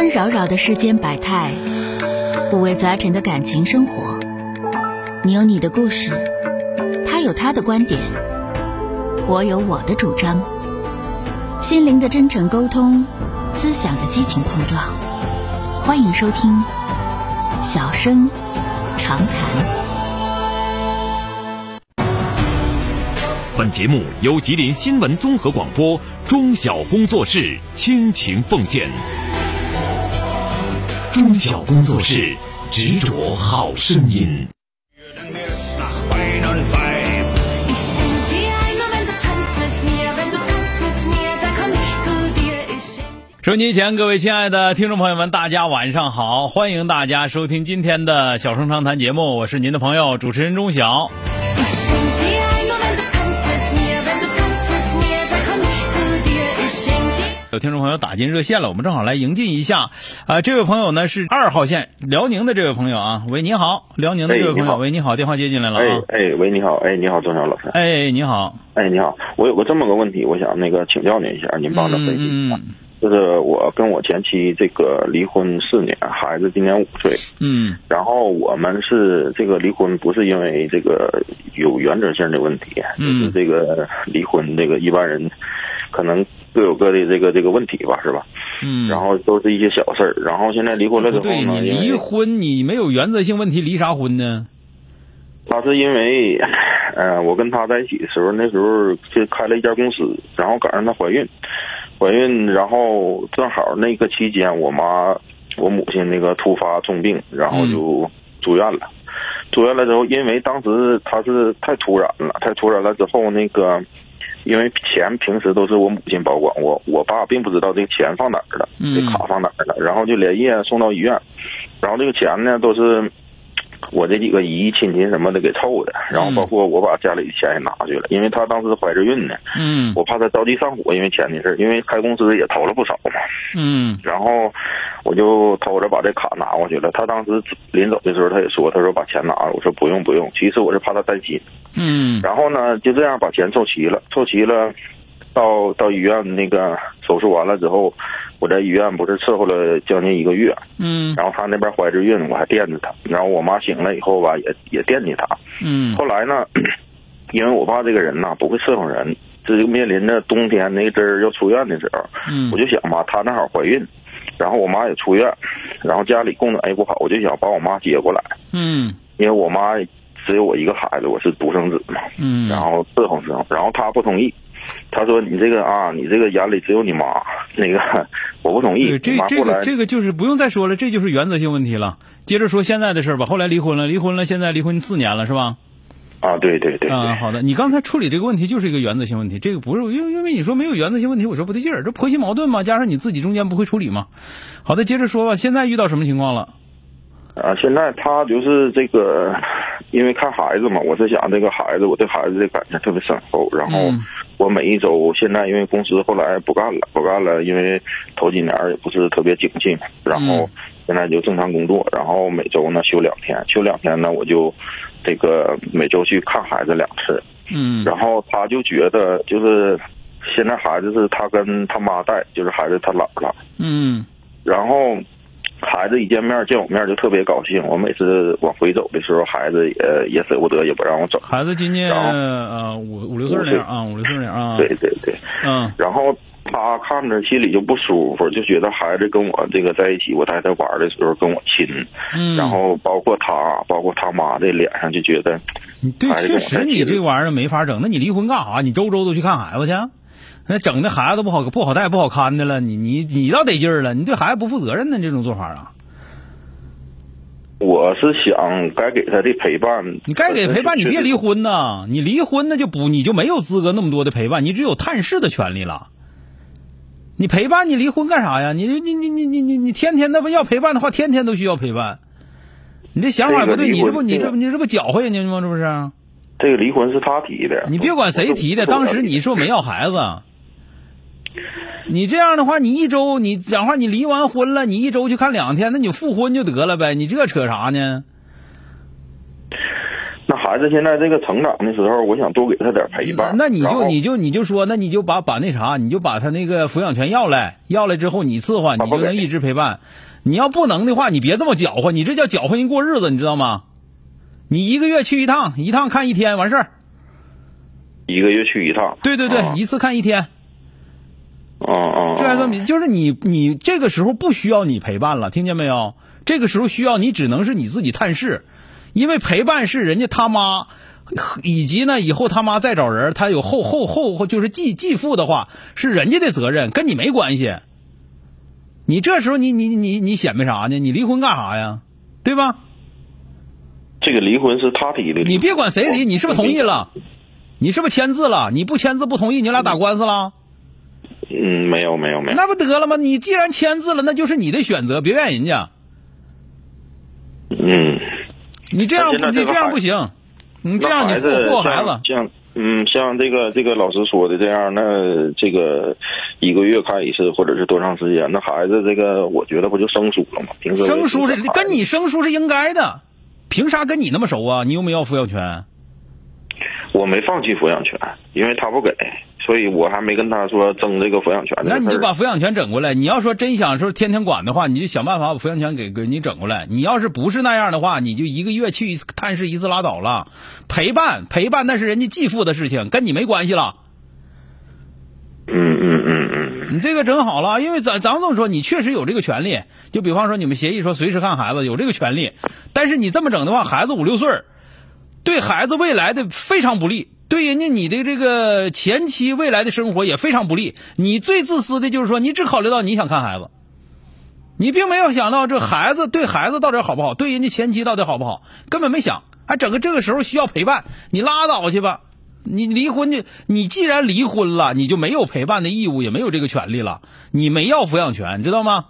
纷扰扰的世间百态，五味杂陈的感情生活。你有你的故事，他有他的观点，我有我的主张。心灵的真诚沟通，思想的激情碰撞。欢迎收听小声长谈。 本节目由吉林新闻综合广播中小工作室倾情奉献。中小工作室执着好声音。 收音机前各位亲爱的听众朋友们，大家晚上好，欢迎大家收听今天的小声长谈节目，我是您的朋友主持人钟晓。有听众朋友打进热线了，我们正好来迎进一下这位朋友呢是2号线辽宁的这位朋友啊，喂，你好，辽宁的这位朋友，喂，你好，电话接进来了啊， 喂，你好，你好，钟晓老师， 你好， 你好，我有个这么个问题，我想请教您一下，您帮着分析一下。就是我跟我前妻这个离婚4年，孩子今年5岁。然后我们是这个离婚不是因为这个有原则性的问题，就是这个离婚这个一般人可能各有各的这个问题吧，是吧？然后都是一些小事儿。然后现在离婚了之后呢， 对，你离婚你没有原则性问题，离啥婚呢？ 他是因为我跟他在一起的时候，那时候就开了一家公司，然后赶上她怀孕，然后正好那个期间我母亲那个突发重病，然后就住院了。住院了之后，因为当时她是太突然了之后，那个因为钱平时都是我母亲保管，我爸并不知道这个钱放哪儿了，这卡放哪儿了，然后就连夜送到医院，然后这个钱呢都是我这几个姨亲戚什么的给凑的，然后包括我把家里的钱也拿去了，因为她当时怀着孕呢，我怕她着急上火，因为钱的事，因为开公司也投了不少嘛，然后我就偷着把这卡拿过去了。她当时临走的时候，她也说，她说把钱拿了，我说不用，其实我是怕她担心，然后呢就这样把钱凑齐了，到医院那个手术完了之后，我在医院不是伺候了将近1个月，然后他那边怀着孕，我还惦着他，然后我妈醒了以后吧，也惦记他，后来呢，因为我爸这个人呐不会伺候人，这就面临着冬天那阵儿要出院的时候，我就想吧，他正好怀孕，然后我妈也出院，然后家里供暖也不好，我就想把我妈接过来，因为我妈只有我一个孩子，我是独生子嘛，然后伺候，然后他不同意。他说你这个眼里只有你妈，那个我不同意。 这个就是不用再说了，这就是原则性问题了。接着说现在的事吧，后来离婚了，现在离婚4年了是吧？ 对。 好的，你刚才处理这个问题就是一个原则性问题，这个不是因为你说没有原则性问题，我说不对劲儿，这婆媳矛盾嘛，加上你自己中间不会处理嘛。好的，接着说吧，现在遇到什么情况了？ 现在他就是这个，因为看孩子嘛，我是想这个孩子，我对孩子的感情特别深厚，然后我每一周现在因为公司后来不干了，因为头几年也不是特别景气，然后现在就正常工作，然后每周呢休2天呢我就这个每周去看孩子2次，然后他就觉得就是现在孩子是他跟他妈带，就是孩子他姥了，然后孩子一见我面就特别高兴，我每次往回走的时候，孩子也舍不得，也不让我走。 孩子今年5、6岁那样啊，5、6岁那样啊。 对，然后他看着心里就不舒服，就觉得孩子跟我这个在一起，我带他玩的时候跟我亲，然后包括他妈的脸上就觉得， 对，确实你这玩意儿没法整，那你离婚干啥？你周都去看孩子去？那整的孩子不好带不好看的了，你倒得劲儿了，你对孩子不负责任呢，这种做法啊！ 我是想该给他的陪伴， 你该给陪伴，你别离婚呐！你离婚你就没有资格那么多的陪伴，你只有探视的权利了。你陪伴，你离婚干啥呀？你天天那不要陪伴的话，天天都需要陪伴。你这想法不对，你这不搅和人家吗？这不是？ 这个离婚是他提的， 你别管谁提的，当时你说没要孩子。你这样的话，你一周你讲话，你离完婚了，你一周去看2天，那你复婚就得了呗，你这扯啥呢？ 那孩孩子现在这个成长的时候，我想多给他点陪伴。 那你就说，那你就把那啥，你就把他那个抚养权要来之后你伺候，你就能一直陪伴。你要不能的话，你别这么搅和，你这叫搅和人过日子，你知道吗？你1个月去一趟看1天完事儿。 1个月去一趟。 对，一次看1天。这还说明就是你这个时候不需要你陪伴了，听见没有？这个时候需要你只能是你自己探视，因为陪伴是人家他妈，以及呢以后他妈再找人，他有后就是继父的话是人家的责任，跟你没关系。你这时候你显摆啥呢？你离婚干啥呀？对吧？ 这个离婚是他提的。 你别管谁离，你是不是同意了？你是不是签字了？你不签字不同意，你俩打官司了？ 没有。 那不得了吗？你既然签字了，那就是你的选择，别怨人家。你这样不行，你这样你祸祸孩子。 像这个老师说的这样，那这个1个月看一次，或者是多长时间？那孩子这个，我觉得不就生疏了吗？平时生疏是跟你生疏是应该的，凭啥跟你那么熟啊？你有没有抚养权？ 我没放弃抚养权，因为他不给，所以我还没跟他说争这个抚养权的事。 那你就把抚养权整过来。你要说真想说天天管的话，你就想办法把抚养权给你整过来。你要是不是那样的话，你就1个月去探视一次拉倒了。陪伴那是人家继父的事情，跟你没关系了。你这个整好了，因为咱这么说，你确实有这个权利。就比方说你们协议说随时看孩子，有这个权利。但是你这么整的话，孩子5、6岁，对孩子未来的非常不利，对人家你的这个前期未来的生活也非常不利。你最自私的就是说，你只考虑到你想看孩子，你并没有想到这孩子对孩子到底好不好，对人家前期到底好不好，根本没想。还整个这个时候需要陪伴，你拉倒去吧。你离婚去，你既然离婚了，你就没有陪伴的义务，也没有这个权利了，你没要抚养权，知道吗？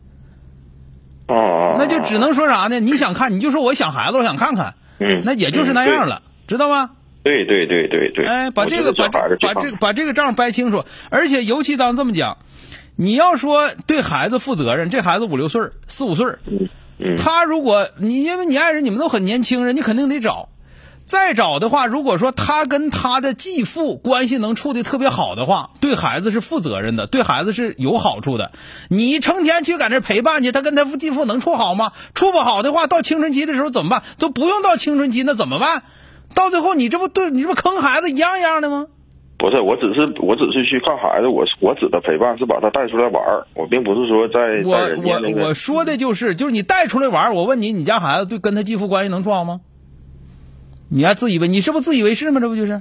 那就只能说啥呢？你想看你就说我想孩子，我想看看。那也就是那样了，知道吗？ 对。 哎，把这个账掰清楚。而且尤其咱这么讲，你要说对孩子负责任，这孩子5、6岁、4、5岁，他如果因为你爱人你们都很年轻人，你肯定得找。再找的话，如果说他跟他的继父关系能处得特别好的话，对孩子是负责任的，对孩子是有好处的。你成天去搁那陪伴去，他跟他继父能处好吗？处不好的话，到青春期的时候怎么办？都不用到青春期，那怎么办？到最后你这不坑孩子一样的吗？ 不是，我只是去看孩子，我指的陪伴是把他带出来玩，我并不是说在我说的就是你带出来玩。我问你，你家孩子对跟他继父关系能处好吗？你还自以为，你是不是自以为是吗？这不就是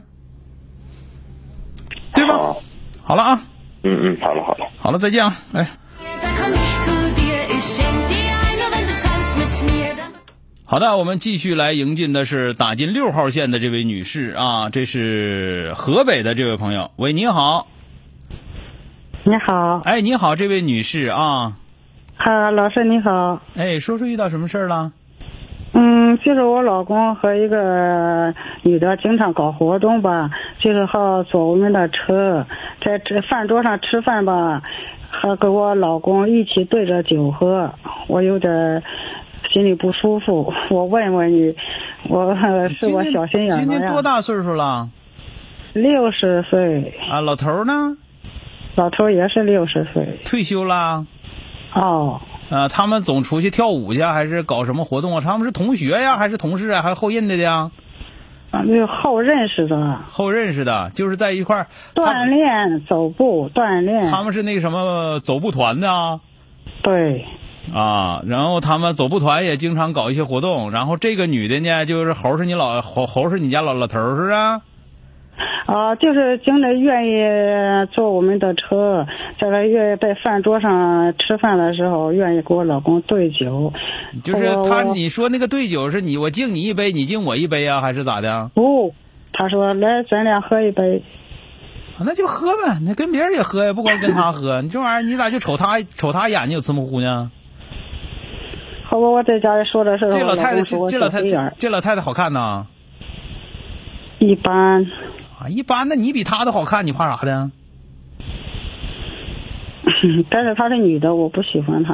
对吧？好了啊，好了，再见啊，哎。好的，我们继续来迎进的是打进6号线的这位女士啊，这是河北的这位朋友。喂，你好。 你好。 哎，你好，这位女士啊。 好，老师你好。 哎，说遇到什么事儿了？ 就是我老公和一个女的经常搞活动吧，就是好坐我们的车，在这饭桌上吃饭吧，还跟我老公一起对着酒喝，我有点心里不舒服。我问问你，是我小心眼呀？ 今年多大岁数了 ？60岁。 啊，老头呢？ 老头也是60岁。 退休了？ 哦。 他们总出去跳舞去，还是搞什么活动啊？他们是同学呀，还是同事啊，还是后认的呀？ 那后认识的。 后认识的，就是在一块儿锻炼走步锻炼。 他们是那个什么走步团的啊？ 对。 啊，然后他们走步团也经常搞一些活动，然后这个女的呢，就是猴是你家老头是不是啊？ 就是经常愿意坐我们的车，愿意在饭桌上吃饭的时候，愿意给我老公兑酒。 就是你说那个兑酒是我敬你一杯，你敬我一杯啊，还是咋的？ 不，他说来咱俩喝一杯。 那就喝呗，那跟别人也喝呀，不光跟他喝。你这玩意儿你咋就瞅他眼睛有呲模糊呢？ 后边我在家里说的是这老太太好看呐？ 一般。 一般，那你比她都好看，你怕啥的？ 但是她是女的，我不喜欢她。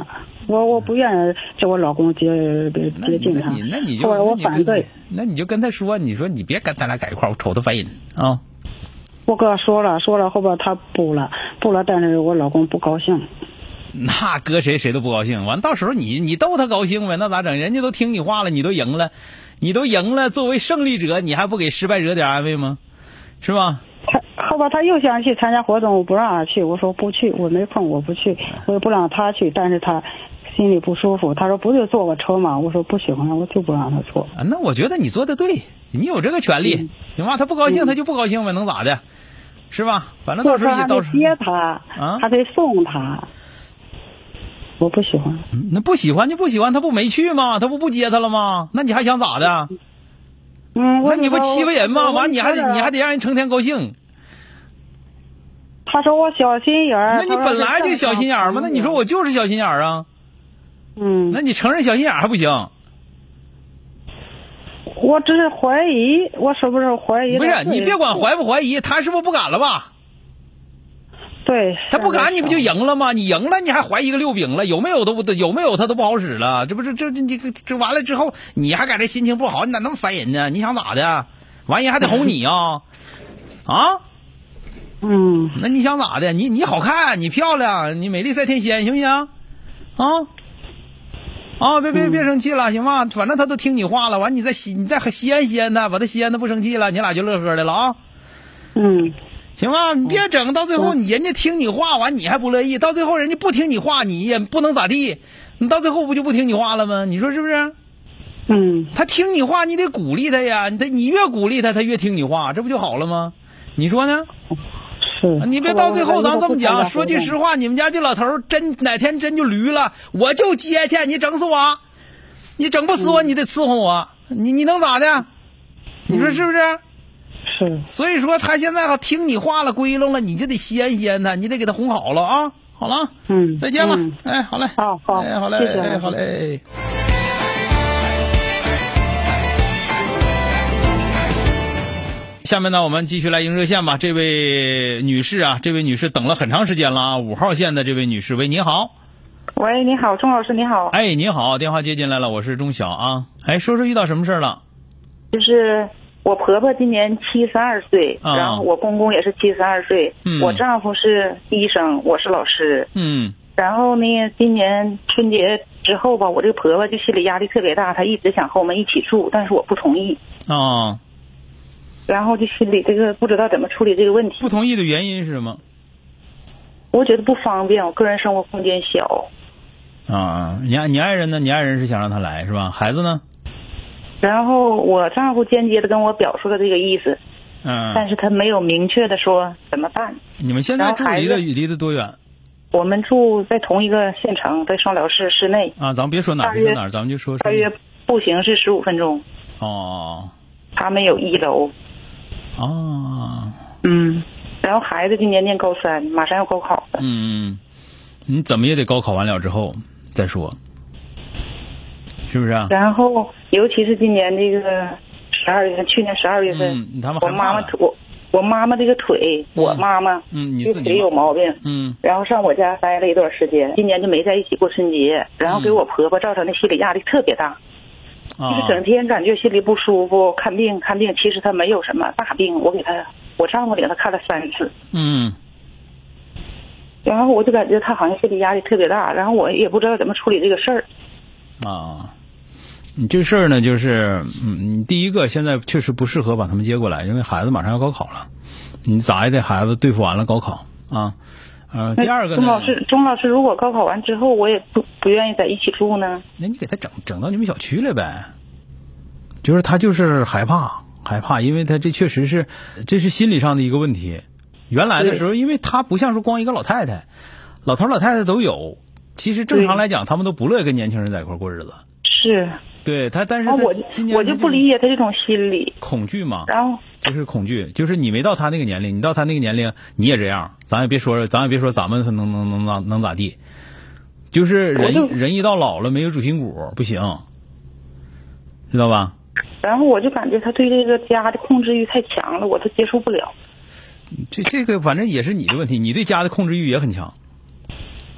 我不愿意叫我老公接近他。 那你就后来我反对。 那你就跟他说，你说你别跟咱俩在一块儿，我瞅他烦人啊。 我跟他说了，后边他不了，但是我老公不高兴。 那搁谁都不高兴。完到时候你逗他高兴呗，那咋整？人家都听你话了，你都赢了，作为胜利者，你还不给失败者点安慰吗？是吧？ 后边他又想去参加活动，我不让他去，我说不去，我没空，我不去，我也不让他去，但是他心里不舒服，他说不就坐个车吗？我说不喜欢，我就不让他坐。 那我觉得你做的对，你有这个权利，行吧？他不高兴他就不高兴呗，能咋的？是吧？反正到时候也到时候接他啊，还得送他。我不喜欢。 那不喜欢就不喜欢，他不没去吗？他不接他了吗？那你还想咋的？那你不欺负人吗？完你还得让人成天高兴。 他说我小心眼儿。 那你本来就小心眼儿吗？那你说我就是小心眼儿啊。那你承认小心眼儿还不行？ 我只是怀疑，我是不是怀疑？ 不是，你别管怀不怀疑，他是不是不敢了吧？ 对， 他不敢，你不就赢了吗？你赢了，你还怀疑个六饼了？有没有他都不好使了？这不是这完了之后，你还在这心情不好，你咋那么烦人呢？你想咋的？完人还得哄你啊？那你想咋的？你好看，你漂亮，你美丽赛天仙，行不行？别生气了，行吗？反正他都听你话了，完你再西安他，把他西安的不生气了，你俩就乐呵的了啊。行吧，你别整到最后人家听你话完你还不乐意，到最后人家不听你话你也不能咋地，你到最后不就不听你话了吗？你说是不是？他听你话你得鼓励他呀，你越鼓励他越听你话，这不就好了吗？你说呢？ 是。 你别到最后咱这么讲，说句实话，你们家这老头哪天真就驴了，我就接去，你整死我，你整不死我你得伺候我，你能咋的？你说是不是？ 是。 所以说他现在好听你话了归拢了，你就得西安他，你得给他哄好了啊。好了，再见了。好嘞， 好， 好嘞， 谢谢， 好嘞。下面呢，我们继续来迎热线吧。这位女士等了很长时间了啊，5号线的这位女士，喂，你好。 喂，你好，钟老师，你好。 哎，你好，电话接进来了，我是钟晓啊。哎，说遇到什么事了？ 就是我婆婆今年72岁，然后我公公也是72岁，我丈夫是医生，我是老师，然后呢，今年春节之后吧，我这个婆婆就心理压力特别大，她一直想和我们一起住，但是我不同意。然后就心里这个不知道怎么处理这个问题。 不同意的原因是什么？ 我觉得不方便，我个人生活空间小。 你爱人呢？你爱人是想让他来是吧？孩子呢？ 然后我丈夫间接的跟我表述了这个意思，但是他没有明确的说怎么办。 你们现在住离得多远？ 我们住在同一个县城，在双辽市市内。 咱们别说哪儿，咱们就说大约步行是15分钟。他们有1楼。然后孩子今年念高3，马上要高考了。 你怎么也得高考完了之后再说，是不是啊？ 然后尤其是今年这个12月份，去年12月份，我妈妈这个腿，我妈妈这腿有毛病，然后上我家待了一段时间，今年就没在一起过春节，然后给我婆婆造成的心理压力特别大。就是整天感觉心里不舒服，看病，其实他没有什么大病，我丈夫领他看了3次。然后我就感觉他好像心理压力特别大，然后我也不知道怎么处理这个事儿。 你这事儿呢，就是你第一个现在确实不适合把他们接过来，因为孩子马上要高考了，你咋也得孩子对付完了高考啊。第二个呢， 钟老师，如果高考完之后我也不愿意在一起住呢？ 那你给他整到你们小区来呗。就是他就是害怕，因为他这是心理上的一个问题。原来的时候，因为他不像说光一个老太太，老头老太太都有。其实正常来讲，他们都不乐意跟年轻人在一块过日子。 是。 对他，但是我就不理解他这种心理。 恐惧嘛。 然后。 就是恐惧，就是你没到他那个年龄，你到他那个年龄你也这样，咱也别说咱们能咋地，就是人一到老了没有主心骨不行，知道吧？ 然后我就感觉他对这个家的控制欲太强了，我都接受不了。 这个反正也是你的问题，你对家的控制欲也很强。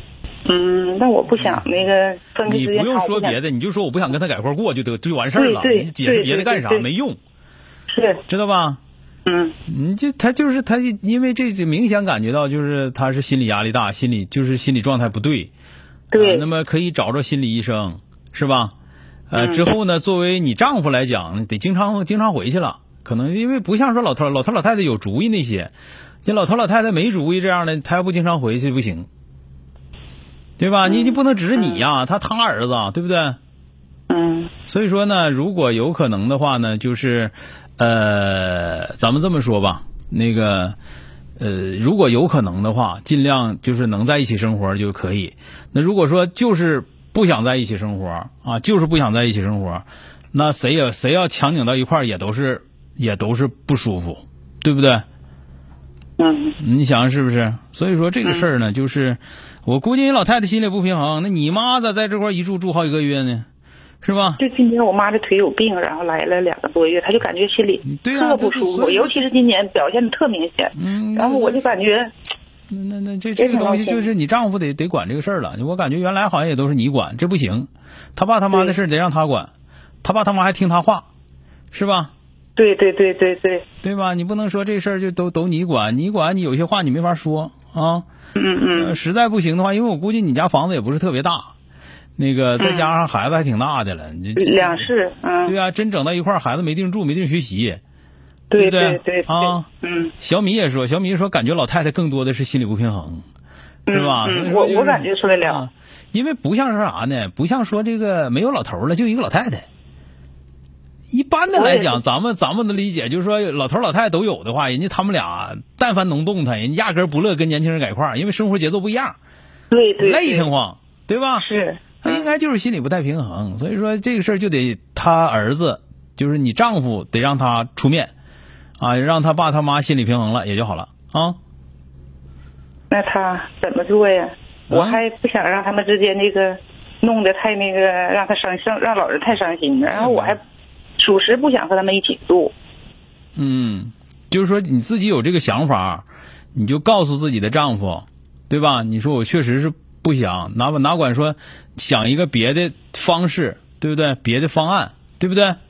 那我不想那个分开你不用说别的，你就说我不想跟他在一块过就完事儿了。你解释别的干啥？没用。 是， 知道吧？你他因为这明显感觉到就是他是心理压力大，心理状态不对。 对。 那么可以找着心理医生，是吧？之后呢，作为你丈夫来讲，得经常回去了。可能因为不像说老头老太太有主意那些，这老头老太太没主意这样的，他要不经常回去不行。对吧？你不能指着你呀，他儿子，对不对？所以说呢，如果有可能的话呢，就是咱们这么说吧，那个如果有可能的话，尽量就是能在一起生活就可以。那如果说就是不想在一起生活啊，就是不想在一起生活，那谁要强拧到一块儿，也都是不舒服，对不对？你想是不是？所以说这个事儿呢，就是我估计你老太太心里不平衡。那你妈咋在这块一住好几个月呢？是吧？ 就今年我妈这腿有病，然后来了2个多月，她就感觉心里特不舒服，尤其是今年表现的特明显。然后我就感觉， 那这个东西就是你丈夫得管这个事儿了。我感觉原来好像也都是你管，这不行。他爸他妈的事得让他管，他爸他妈还听他话，是吧？ 对， 对吧？你不能说这事儿就都你管，你有些话你没法说啊。实在不行的话，因为我估计你家房子也不是特别大，那个再加上孩子还挺大的了，你 2室， 对啊，真整到一块儿，孩子没地方住，没地方学习， 对不对？ 对啊，小米也说，感觉老太太更多的是心理不平衡，是吧？ 我感觉出来了， 因为不像说啥呢，不像说这个没有老头了，就一个老太太。一般的来讲，咱们的理解就是说，老头老太太都有的话，人家他们俩但凡能动弹，人家压根不乐跟年轻人在一块儿，因为生活节奏不一样， 对， 累得慌，对吧？ 是， 他应该就是心理不太平衡，所以说这个事儿就得他儿子，就是你丈夫得让他出面，啊，让他爸他妈心理平衡了也就好了啊。 那他怎么做呀？我还不想让他们之间那个弄得太那个，让他让老人太伤心，然后我还。属实不想和他们一起住。 就是说你自己有这个想法，你就告诉自己的丈夫，对吧？你说我确实是不想，哪管说想一个别的方式，对不对？别的方案，对不对？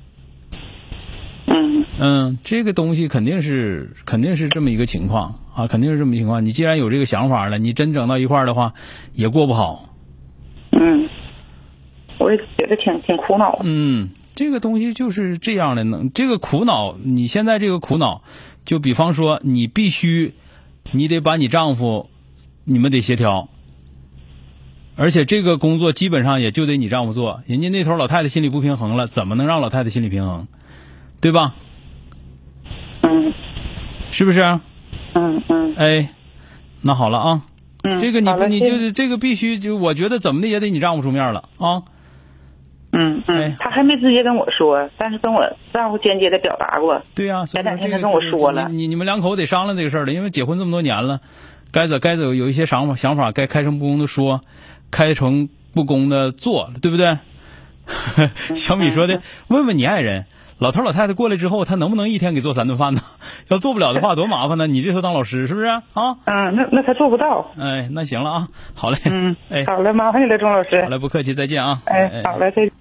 这个东西肯定是这么一个情况啊，肯定是这么一个情况。你既然有这个想法了，你真整到一块儿的话，也过不好。 我也觉得挺苦恼。 这个东西就是这样的，这个苦恼，你现在这个苦恼，就比方说你得把你丈夫，你们得协调，而且这个工作基本上也就得你丈夫做，人家那头老太太心里不平衡了，怎么能让老太太心里平衡，对吧？是不是？哎，那好了啊，这个你就是这个必须就我觉得怎么的也得你丈夫出面了啊。 他还没直接跟我说，但是跟我丈夫间接的表达过。 对呀， 前2天他跟我说了， 你们2口得商量这个事儿了，因为结婚这么多年了，该走有一些想法，该开诚布公的说，开诚布公的做，对不对？小米说的，问问你爱人，老头老太太过来之后，他能不能一天给做3顿饭呢？要做不了的话，多麻烦呢！你这时候当老师是不是啊？ 那他做不到。 哎，那行了啊，好嘞。 好嘞，麻烦你了，钟老师。 好嘞，不客气，再见啊。 好嘞，再见。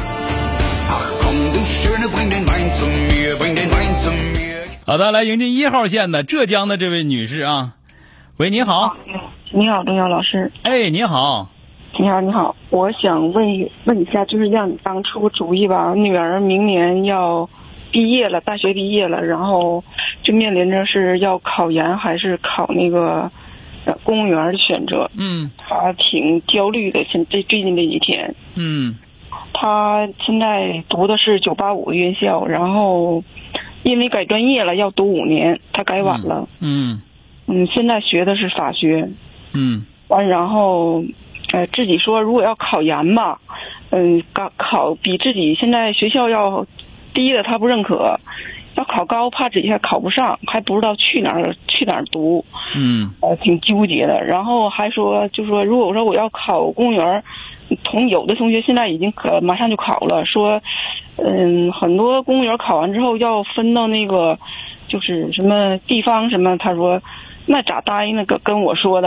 好的，来迎接1号线的浙江的这位女士啊。喂，你好。 你好，钟晓老师。 哎，你好。 你好，我想问一下，就是让你帮出个主意吧。女儿明年要毕业了，大学毕业了，然后就面临着是要考研还是考那个公务员的选择。她挺焦虑的，最近这几天。她现在读的是985的院校，然后因为改专业了，要读5年，她改晚了。现在学的是法学。然后自己说如果要考研吧，考比自己现在学校要低的她不认可，要考高怕自己还考不上，还不知道去哪儿读。挺纠结的。然后还说就说如果说我要考公务员，有的同学现在已经马上就考了，说很多公务员考完之后要分到那个就是什么地方什么，他说那咋答应那个跟我说的，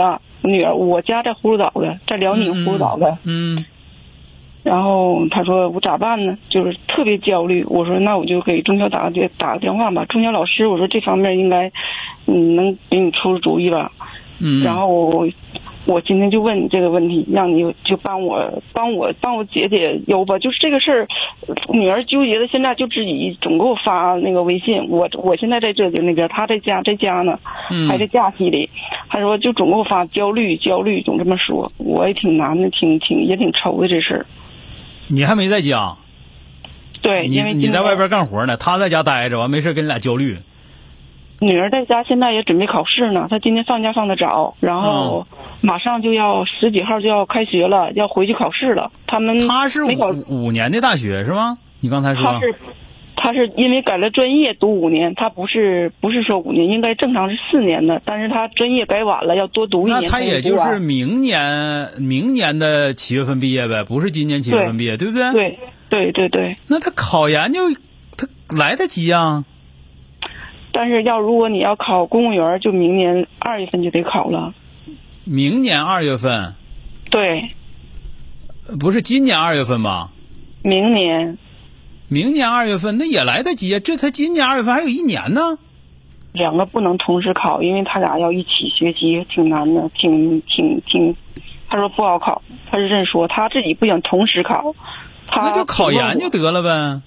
女儿，我家在葫芦岛的，在辽宁葫芦岛的。然后他说我咋办呢？就是特别焦虑。我说那我就给中小打个电话吧。中小老师，我说这方面应该，能给你出主意吧。然后我今天就问你这个问题，让你就帮我解解忧吧。就是这个事儿，女儿纠结的现在就自己总给我发那个微信。我现在在这那边，她在家呢，还在假期里。她说就总给我发焦虑，总这么说，我也挺难的，也挺愁的这事儿。 你还没在家？ 对，因为你在外边干活呢，她在家待着，完没事跟你俩焦虑。 女儿在家现在也准备考试呢，她今天放假放得早，然后马上就要10几号就要开学了，要回去考试了。她是 5年的大学是吗？你刚才说她是因为改了专业读5年，她不是说5年，应该正常是4年的，但是她专业改晚了，要多读1年。 那她也就是明年的7月份毕业呗，不是今年7月份毕业，对不对？ 对。 那她考研她来得及啊。 但是如果你要考公务员，就明年2月份就得考了。 明年2月份？ 对。 不是今年2月份吧？ 明年 2月份，那也来得及啊！这才今年2月份，还有1年呢。 2个不能同时考，因为他俩要一起学习，挺难的，挺。他说不好考，他是这么说，他自己不想同时考。 那就考研就得了呗，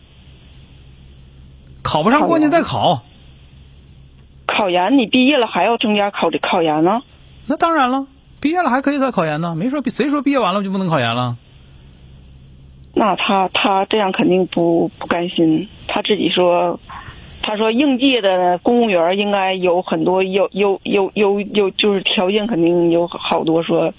考不上过年再考。 考研你毕业了还要增加考研呢？ 那当然了，毕业了还可以再考研呢，没说谁说毕业完了就不能考研了。 那他这样肯定不甘心，他自己说，他说应届的公务员应该有很多就是条件肯定有好多说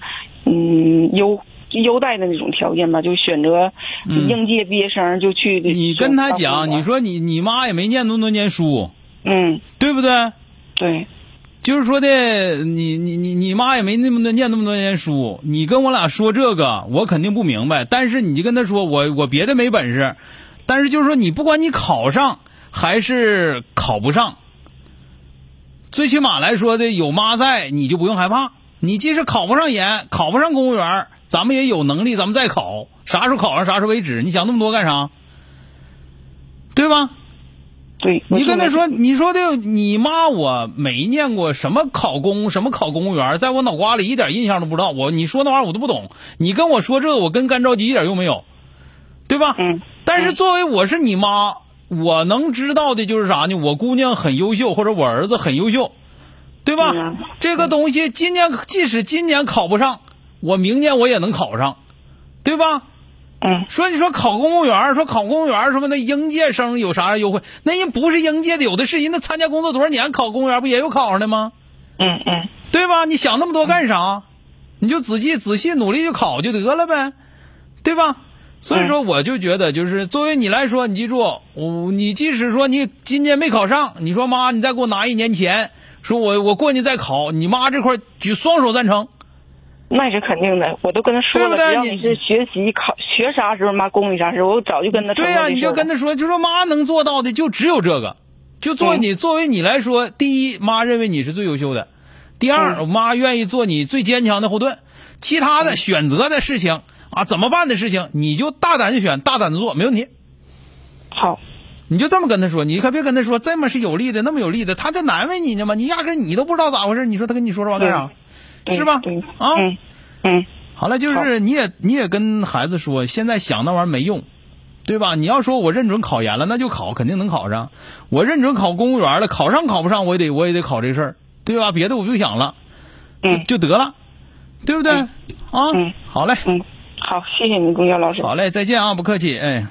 优待的那种条件吧，就选择应届毕业生就去。 你跟他讲，你说你妈也没念那么多年书，对不对？ 对， 就是说的你妈也没念那么多年书，你跟我俩说这个，我肯定不明白。但是你就跟他说，我别的没本事，但是就是说你不管你考上还是考不上，最起码来说的有妈在，你就不用害怕。你即使考不上研，考不上公务员，咱们也有能力，咱们再考，啥时候考上啥时候为止。你想那么多干啥？对吧？ 对， 你跟他说，你说的你妈我没念过什么考公务员，在我脑瓜里一点印象都不知道。你说那玩意儿我都不懂。你跟我说这个，我跟干着急一点用没有，对吧？但是作为我是你妈，我能知道的就是啥呢？我姑娘很优秀，或者我儿子很优秀，对吧？这个东西即使今年考不上，我明年我也能考上，对吧？你说考公务员什么的应届生有啥优惠？那人不是应届的，有的是人，那参加工作多少年考公务员不也有考上的吗？对吧？你想那么多干啥？你就仔细努力就考就得了呗，对吧？所以说我就觉得，就是作为你来说，你记住，你即使说你今年没考上，你说妈你再给我拿1年钱，说我过年再考，你妈这块举双手赞成。 那是肯定的，我都跟他说了，只要你是学习学啥时候妈供你啥时候，我早就跟他说。 对呀，你就跟他说，就说妈能做到的就只有这个，就作为你来说，第一，妈认为你是最优秀的；第二，妈愿意做你最坚强的后盾。其他的选择的事情啊，怎么办的事情，你就大胆的选，大胆的做，没问题。 好， 你就这么跟他说，你可别跟他说这么是有利的，那么有利的，他这难为你呢吗？你压根你都不知道咋回事，你说他跟你说这玩意儿干啥？是吧？啊，好了，就是你也跟孩子说，现在想那玩意儿没用，对吧？你要说我认准考研了，那就考，肯定能考上。我认准考公务员了，考上考不上，我也得考这事儿，对吧？别的我不想了，就得了，对不对？好嘞， 好，谢谢你，龚瑶老师。 好嘞，再见啊，不客气，哎。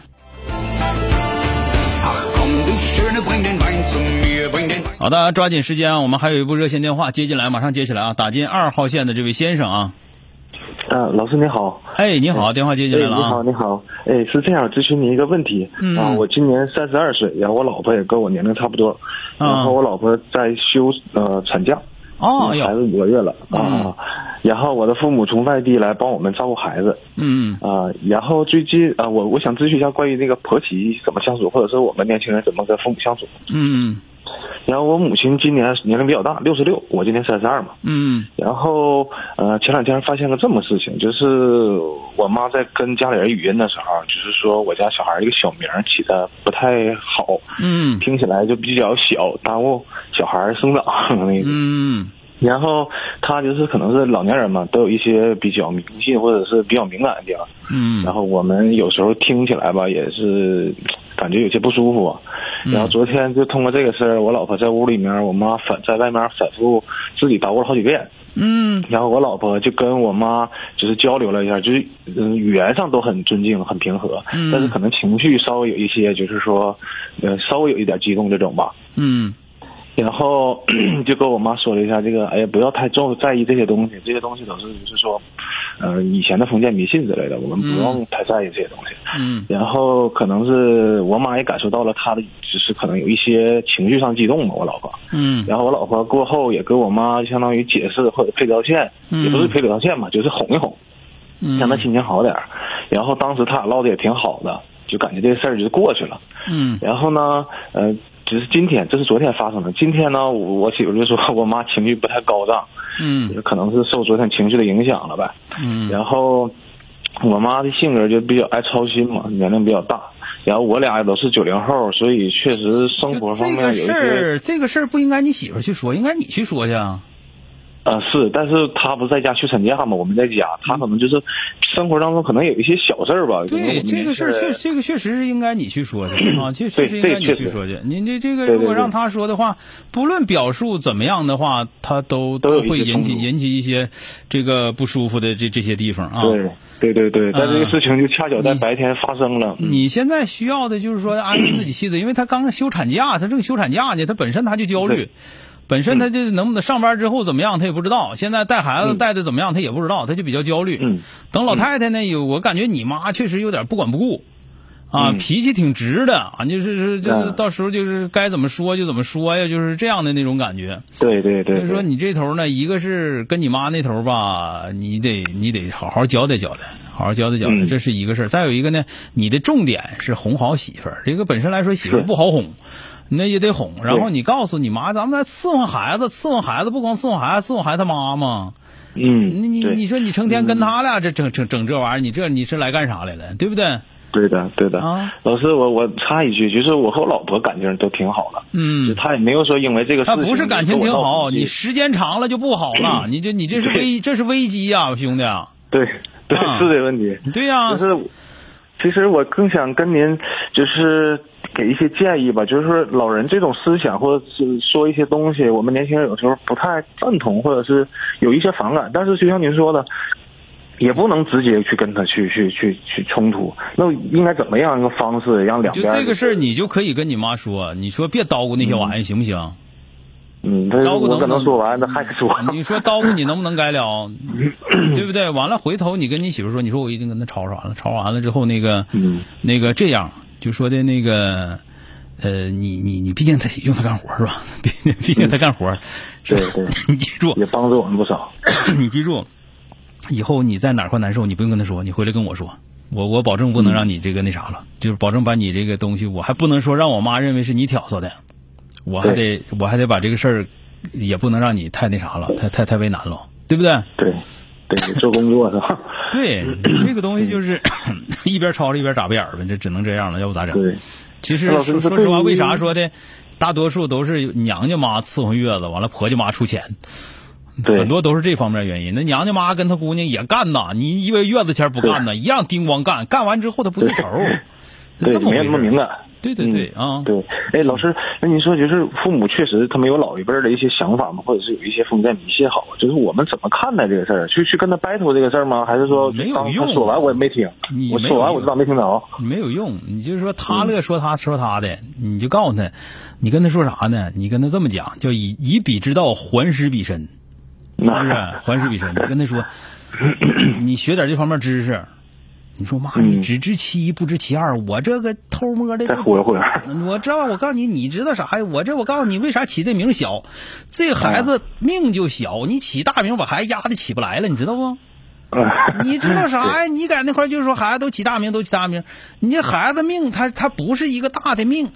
好的，抓紧时间啊！我们还有一部热线电话接进来，马上接起来啊！打进2号线的这位先生啊。 老师你好。 哎，你好，电话接进来了啊。 你好。哎，是这样，咨询你一个问题。我今年32岁，然后我老婆也跟我年龄差不多，然后我老婆在休产假。孩子5个月了然后我的父母从外地来帮我们照顾孩子。然后最近我想咨询一下关于那个婆媳怎么相处，或者是我们年轻人怎么跟父母相处。 然后我母亲今年年龄比较大，66，我今年32嘛。然后前2天发现个这么事情，就是我妈在跟家里人语音的时候，就是说我家小孩一个小名起的不太好，听起来就比较小，耽误小孩生长那个。然后他就是可能是老年人嘛，都有一些比较迷信或者是比较敏感的地方。然后我们有时候听起来吧，也是感觉有些不舒服。然后昨天就通过这个事儿，我老婆在屋里面，我妈在外面反复自己捣鼓了好几遍。然后我老婆就跟我妈就是交流了一下，就是语言上都很尊敬很平和，但是可能情绪稍微有一些就是说稍微有一点激动这种吧。然后就跟我妈说了一下这个，哎呀，不要太在意这些东西，这些东西都是就是说以前的封建迷信之类的，我们不用太在意这些东西。然后可能是我妈也感受到了她的就是可能有一些情绪上激动嘛，我老婆。然后我老婆过后也跟我妈相当于解释或者赔道歉，也不是赔道歉嘛，就是哄一哄，让她心情好点。然后当时他俩唠的也挺好的，就感觉这事儿就过去了。然后呢只是今天，这是昨天发生的。今天呢，我媳妇就说我妈情绪不太高涨，可能是受昨天情绪的影响了呗。然后我妈的性格就比较爱操心嘛，年龄比较大。然后我俩也都是90后，所以确实生活方面有一些。 这个事儿不应该你媳妇去说，应该你去说去啊。 是，但是他不在家去产假嘛，我们在家，他可能就是生活当中可能有一些小事儿吧。 对，这个事儿这个确实是应该你去说去啊，确实应该你去说去。你这个如果让他说的话，不论表述怎么样的话，他都会引起一些这个不舒服的这些地方啊。 对，但这个事情就恰巧在白天发生了。 你现在需要的就是说安慰自己妻子，因为他刚休产假，他正休产假呢，他本身他就焦虑。本身他就能不能上班之后怎么样他也不知道，现在带孩子带的怎么样他也不知道，他就比较焦虑。等老太太呢，我感觉你妈确实有点不管不顾啊，脾气挺直的啊，就是到时候就是该怎么说就怎么说呀，就是这样的那种感觉。 对。 所以说你这头呢，一个是跟你妈那头吧，你得好好交代交代，好好交代交代，这是一个事儿。再有一个呢，你的重点是哄好媳妇儿，这个本身来说媳妇儿不好哄。那也得哄，然后你告诉你妈，咱们来伺候孩子，不光伺候孩子，伺候孩子妈妈。你说你成天跟他俩这整这玩意儿，你是来干啥来了，对不对？ 对的啊。老师，我插一句，就是我和我老婆感情都挺好的。他也没有说因为这个事情。 他不是感情挺好，你时间长了就不好了。你这是危机呀，兄弟。 对，是这个问题。 对呀。 其实我更想跟您就是给一些建议吧，就是说老人这种思想或者是说一些东西，我们年轻人有时候不太赞同，或者是有一些反感，但是就像您说的，也不能直接去跟他去冲突，那应该怎么样一个方式让两边？ 就这个事儿，你就可以跟你妈说，你说别叨咕那些玩意，行不行？ 叨咕我可能说完，他还说。 你说叨咕你能不能改了？对不对？完了回头你跟你媳妇说，你说我一定跟他吵完了之后那个这样。就说的那个，你毕竟他用他干活是吧？毕竟他干活， 对， 你记住， 也帮助我们不少。 你记住，以后你在哪块难受，你不用跟他说，你回来跟我说，我保证不能让你这个那啥了，就是保证把你这个东西，我还不能说让我妈认为是你挑唆的，我还得把这个事儿，也不能让你太那啥了，太为难了，对不对？ 对，做工作是吧？ 对，这个东西就是一边吵着一边眨巴眼儿呗，这只能这样了，要不咋整？ 对， 其实说实话，为啥说的，大多数都是娘家妈伺候月子，完了婆家妈出钱，很多都是这方面原因。那娘家妈跟她姑娘也干呐，你以为月子钱不干呢？一样叮咣干完之后她不记仇， 对，没有那么敏感。 对啊， 对，哎，老师，那你说就是父母确实他们有老一辈的一些想法吗？或者是有一些封建迷信好，就是我们怎么看待这个事儿？去跟他battle这个事儿吗？还是说没有用？ 他说完我也没听，我说完我知道没听着， 没有用。你就是说他乐说他的，你就告诉他，你跟他说啥呢？你跟他这么讲，叫以彼之道还施彼身，是不是？还施彼身，你跟他说，你学点这方面知识。你说妈，你只知其一不知其二，我这个偷摸的，我知道，我告诉你，你知道啥呀？我告诉你，为啥起这名小？这孩子命就小，你起大名把孩子压的起不来了，你知道不？你知道啥呀？你在那块就是说孩子都起大名，你这孩子命他不是一个大的命，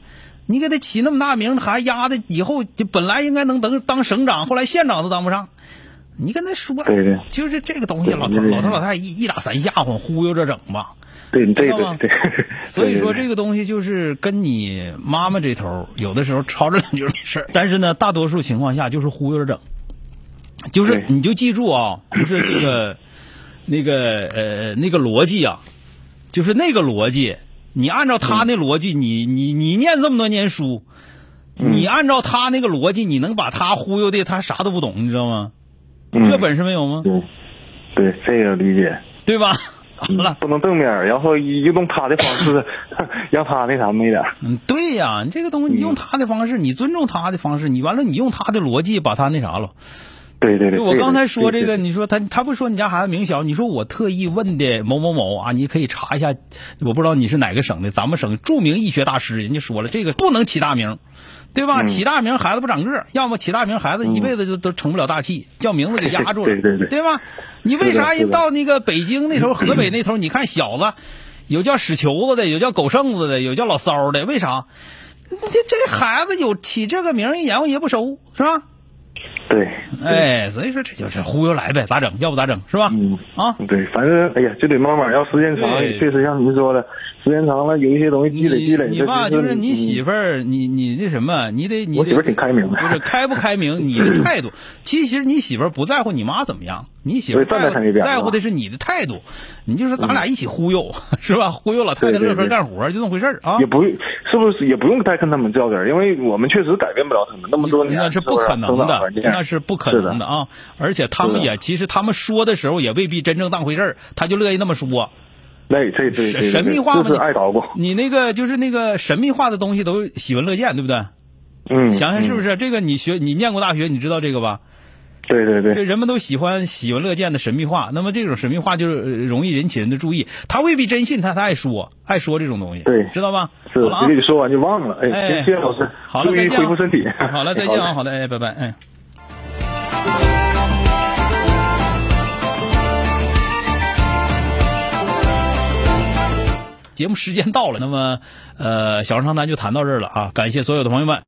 你给他起那么大名，还压的以后就本来应该能当省长，后来县长都当不上。你跟他说， 对， 就是这个东西，老头老太一打三下晃忽悠着整吧。 对， 所以说这个东西就是跟你妈妈这头有的时候吵着两句没事儿，但是呢，大多数情况下就是忽悠着整。就是你就记住啊，就是那个逻辑啊，就是那个逻辑，你按照他那逻辑，你念这么多年书，你按照他那个逻辑，你能把他忽悠的他啥都不懂，你知道吗？这本事没有吗？ 对，这个理解， 对吧？好了， 不能正面，然后用他的方式让他那啥没点。 对呀，你这个东西你用他的方式，你尊重他的方式，你完了你用他的逻辑把他那啥了。 对， 就我刚才说这个，你说他不说你家孩子名小，你说我特意问的某某某啊，你可以查一下，我不知道你是哪个省的，咱们省著名医学大师，人家说了，这个不能起大名，对吧？起大名孩子不长个，要么起大名孩子一辈子都成不了大器，叫名字给压住了，对吧？你为啥人到那个北京那头、河北那头，你看小子有叫屎球子的，有叫狗剩子的，有叫老骚的，为啥？这孩子有起这个名，一眼也不熟，是吧？ 对， 所以说这就是忽悠来呗，咋整？要不咋整，是吧？ 对，反正哎呀，就得慢慢，要时间长，确实像您说的，时间长了，有一些东西积累。 你吧，就是你媳妇儿，你那什么，你得， 我媳妇儿挺开明的， 就是开不开明，你的态度。其实你媳妇儿不在乎你妈怎么样，你媳妇儿在乎的是你的态度。你就说咱俩一起忽悠，是吧？忽悠老太太乐呵干活，就这么回事啊。 也不是不是也不用太跟他们较真儿，因为我们确实改变不了他们那么多年， 那是不可能的，那是不可能的啊！而且他们其实他们说的时候也未必真正当回事儿，他就乐意那么说。 对， 神秘化嘛， 就是爱捣鼓。 你那个就是那个神秘化的东西都喜闻乐见，对不对？想想是不是？这个你念过大学，你知道这个吧？ 对， 这人们都喜欢喜闻乐见的神秘化，那么这种神秘化就是容易引起人的注意，他未必真信，他爱说这种东西， 对， 知道吧？ 是，你说完就忘了，谢谢老师， 好了，再见， 恢复身体， 好了，再见啊，好的，拜拜，节目时间到了，那么小人长谈就谈到这儿了啊，感谢所有的朋友们。